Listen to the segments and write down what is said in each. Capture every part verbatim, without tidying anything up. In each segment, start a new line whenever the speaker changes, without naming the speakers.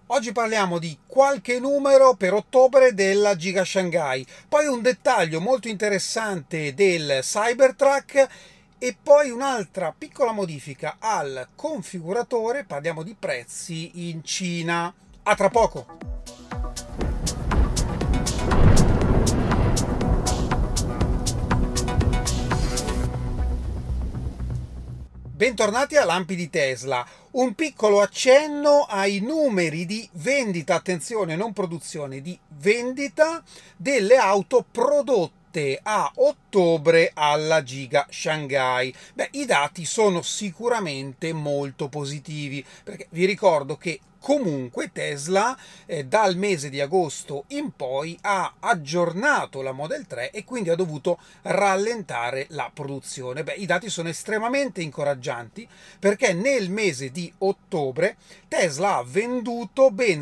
Oggi parliamo di qualche numero per ottobre della Giga Shanghai, poi un dettaglio molto interessante del Cybertruck e poi un'altra piccola modifica al configuratore, parliamo di prezzi in Cina. A tra poco! Bentornati a Lampi di Tesla. Un piccolo accenno ai numeri di vendita, attenzione, non produzione, di vendita delle auto prodotte a ottobre alla Giga Shanghai. Beh, i dati sono sicuramente molto positivi, perché vi ricordo che comunque Tesla eh, dal mese di agosto in poi ha aggiornato la Model tre e quindi ha dovuto rallentare la produzione. Beh, i dati sono estremamente incoraggianti perché nel mese di ottobre Tesla ha venduto ben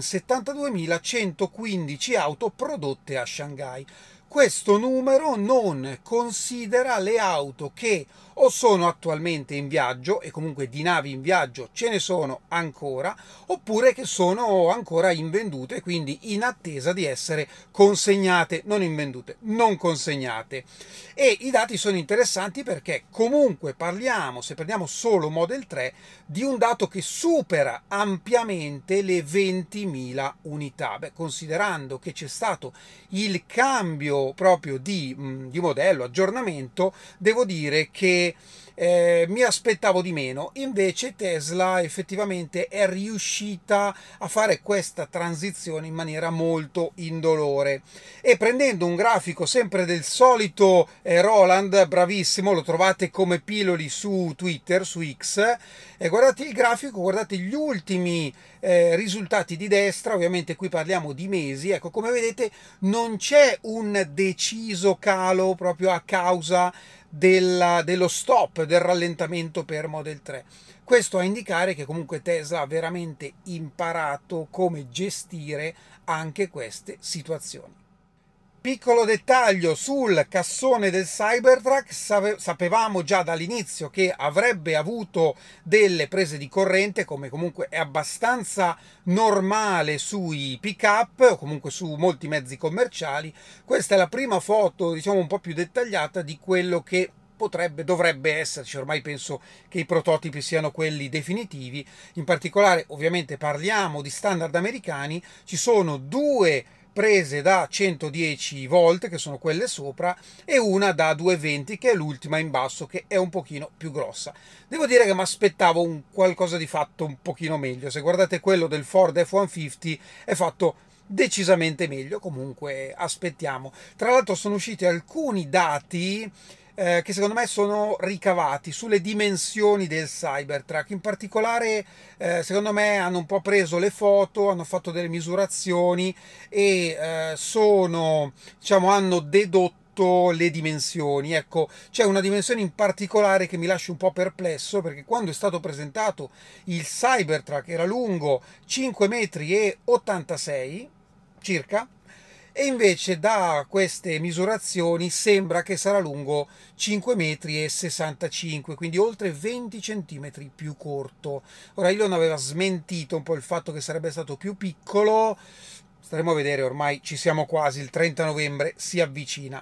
settantaduemilacentoquindici auto prodotte a Shanghai. Questo numero non considera le auto che o sono attualmente in viaggio, e comunque di navi in viaggio ce ne sono ancora, oppure che sono ancora invendute, quindi in attesa di essere consegnate, non invendute, non consegnate. E i dati sono interessanti perché comunque parliamo, se prendiamo solo Model tre, di un dato che supera ampiamente le ventimila unità. Beh, considerando che c'è stato il cambio proprio di, di modello, aggiornamento, devo dire che eh, mi aspettavo di meno. Invece Tesla effettivamente è riuscita a fare questa transizione in maniera molto indolore, e prendendo un grafico sempre del solito eh, Roland, bravissimo, lo trovate come piloli su Twitter, su X, e guardate il grafico, guardate gli ultimi eh, risultati di destra, ovviamente qui parliamo di mesi. Ecco, come vedete non c'è un deciso calo proprio a causa della, dello stop, del rallentamento per Model tre. Questo a indicare che comunque Tesla ha veramente imparato come gestire anche queste situazioni. Piccolo dettaglio sul cassone del Cybertruck: sapevamo già dall'inizio che avrebbe avuto delle prese di corrente, come comunque è abbastanza normale sui pick-up o comunque su molti mezzi commerciali. Questa è la prima foto, diciamo, un po' più dettagliata di quello che potrebbe, dovrebbe esserci. Ormai penso che i prototipi siano quelli definitivi. In particolare, ovviamente, parliamo di standard americani. Ci sono due prese da centodieci volt, che sono quelle sopra, e una da duecentoventi, che è l'ultima in basso, che è un pochino più grossa. Devo dire che mi aspettavo un qualcosa di fatto un pochino meglio. Se guardate quello del Ford F centocinquanta, è fatto decisamente meglio. Comunque aspettiamo. Tra l'altro sono usciti alcuni dati Eh, che secondo me sono ricavati sulle dimensioni del Cybertruck. In particolare, eh, secondo me hanno un po' preso le foto, hanno fatto delle misurazioni e eh, sono, diciamo, hanno dedotto le dimensioni. Ecco, c'è una dimensione in particolare che mi lascia un po' perplesso, perché quando è stato presentato il Cybertruck era lungo cinque metri e ottantasei circa, e invece da queste misurazioni sembra che sarà lungo cinque metri e sessantacinque, quindi oltre venti centimetri più corto. Ora, Elon aveva smentito un po' il fatto che sarebbe stato più piccolo. Staremo a vedere, ormai ci siamo quasi, il trenta novembre si avvicina.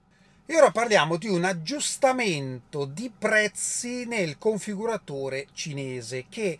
E ora parliamo di un aggiustamento di prezzi nel configuratore cinese, che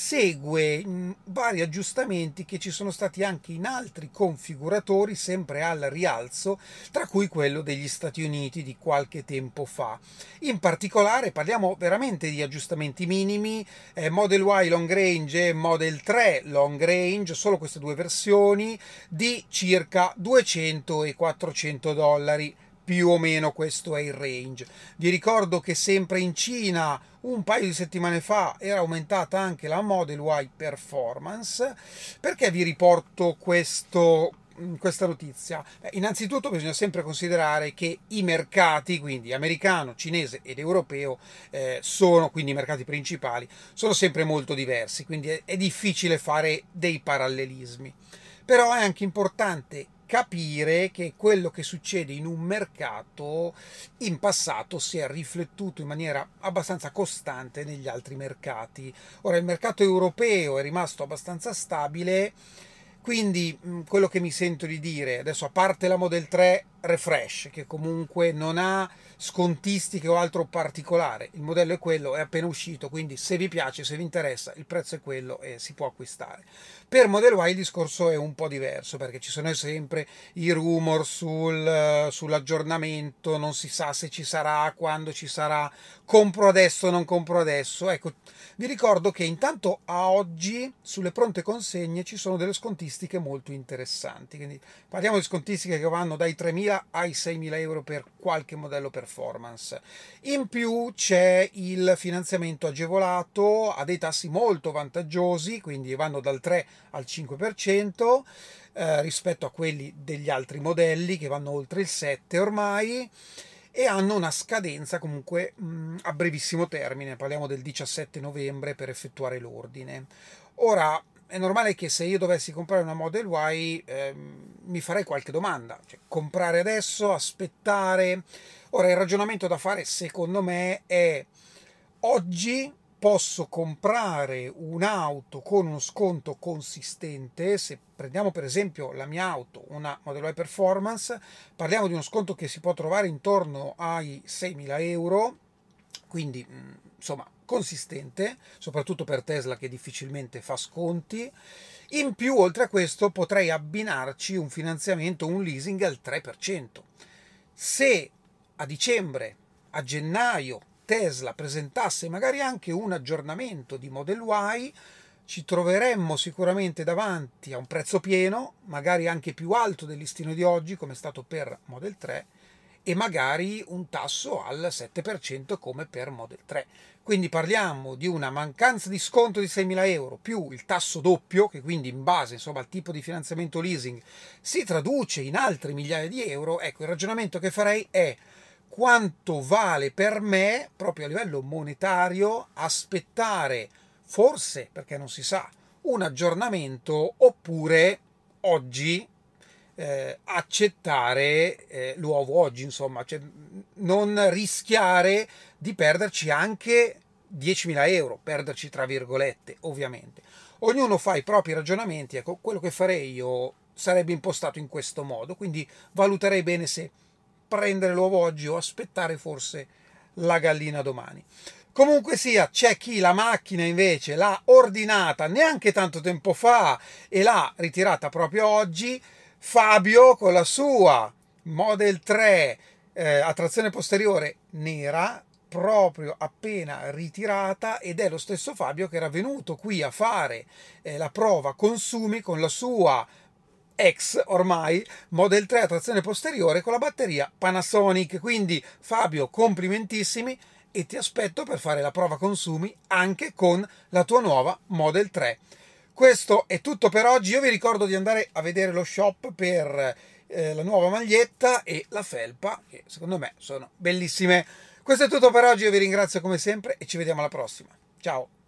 segue mh, vari aggiustamenti che ci sono stati anche in altri configuratori, sempre al rialzo, tra cui quello degli Stati Uniti di qualche tempo fa. In particolare parliamo veramente di aggiustamenti minimi, eh, Model Y Long Range e Model tre Long Range, solo queste due versioni, di circa duecento e quattrocento dollari. Più o meno questo è il range. Vi ricordo che sempre in Cina un paio di settimane fa era aumentata anche la Model Y Performance. Perché vi riporto questo, questa notizia? Beh, innanzitutto bisogna sempre considerare che i mercati, quindi americano, cinese ed europeo, eh, sono, quindi i mercati principali, sono sempre molto diversi, quindi è, è difficile fare dei parallelismi. Però è anche importante capire che quello che succede in un mercato in passato si è riflettuto in maniera abbastanza costante negli altri mercati. Ora, il mercato europeo è rimasto abbastanza stabile, Quindi quello che mi sento di dire, adesso a parte la Model tre Refresh, che comunque non ha scontistiche o altro particolare, il modello è quello, è appena uscito, quindi se vi piace, se vi interessa, il prezzo è quello e si può acquistare. Per Model Y il discorso è un po' diverso, perché ci sono sempre i rumor sul, sull'aggiornamento, non si sa se ci sarà, quando ci sarà, compro adesso o non compro adesso. Ecco, vi ricordo che intanto a oggi sulle pronte consegne ci sono delle scontistiche molto interessanti, quindi parliamo di scontistiche che vanno dai tremila ai seimila euro per qualche modello performance. In più c'è il finanziamento agevolato a dei tassi molto vantaggiosi, quindi vanno dal tre al cinque per cento eh, rispetto a quelli degli altri modelli che vanno oltre il sette ormai, e hanno una scadenza comunque mh, a brevissimo termine, parliamo del diciassette novembre per effettuare l'ordine. Ora, è normale che se io dovessi comprare una Model Y ehm, mi farei qualche domanda, cioè, comprare adesso, aspettare. Ora, il ragionamento da fare secondo me è: oggi posso comprare un'auto con uno sconto consistente. Se prendiamo per esempio la mia auto, una Model Y Performance, parliamo di uno sconto che si può trovare intorno ai seimila euro, quindi insomma consistente, soprattutto per Tesla che difficilmente fa sconti. In più, oltre a questo, potrei abbinarci un finanziamento, un leasing al tre per cento. Se a dicembre, a gennaio, Tesla presentasse magari anche un aggiornamento di Model Y, ci troveremmo sicuramente davanti a un prezzo pieno, magari anche più alto del listino di oggi, come è stato per Model tre, e magari un tasso al sette per cento come per Model tre. Quindi parliamo di una mancanza di sconto di seimila euro più il tasso doppio, che quindi in base insomma al tipo di finanziamento leasing si traduce in altre migliaia di euro. Ecco, il ragionamento che farei è: quanto vale per me, proprio a livello monetario, aspettare, forse, perché non si sa, un aggiornamento, oppure oggi eh, accettare eh, l'uovo oggi, insomma, cioè non rischiare di perderci anche diecimila euro, perderci tra virgolette, ovviamente. Ognuno fa i propri ragionamenti. Ecco, quello che farei io sarebbe impostato in questo modo, quindi valuterei bene se prendere l'uovo oggi o aspettare forse la gallina domani. Comunque sia, c'è chi la macchina invece l'ha ordinata neanche tanto tempo fa e l'ha ritirata proprio oggi. Fabio con la sua Model tre eh, a trazione posteriore nera, proprio appena ritirata, ed è lo stesso Fabio che era venuto qui a fare eh, la prova consumi con la sua ex ormai Model tre a trazione posteriore con la batteria Panasonic. Quindi Fabio, complimentissimi, e ti aspetto per fare la prova consumi anche con la tua nuova Model tre. Questo è tutto per oggi. Io vi ricordo di andare a vedere lo shop per eh, la nuova maglietta e la felpa, che secondo me sono bellissime. Questo è tutto per oggi, io vi ringrazio come sempre e ci vediamo alla prossima. Ciao!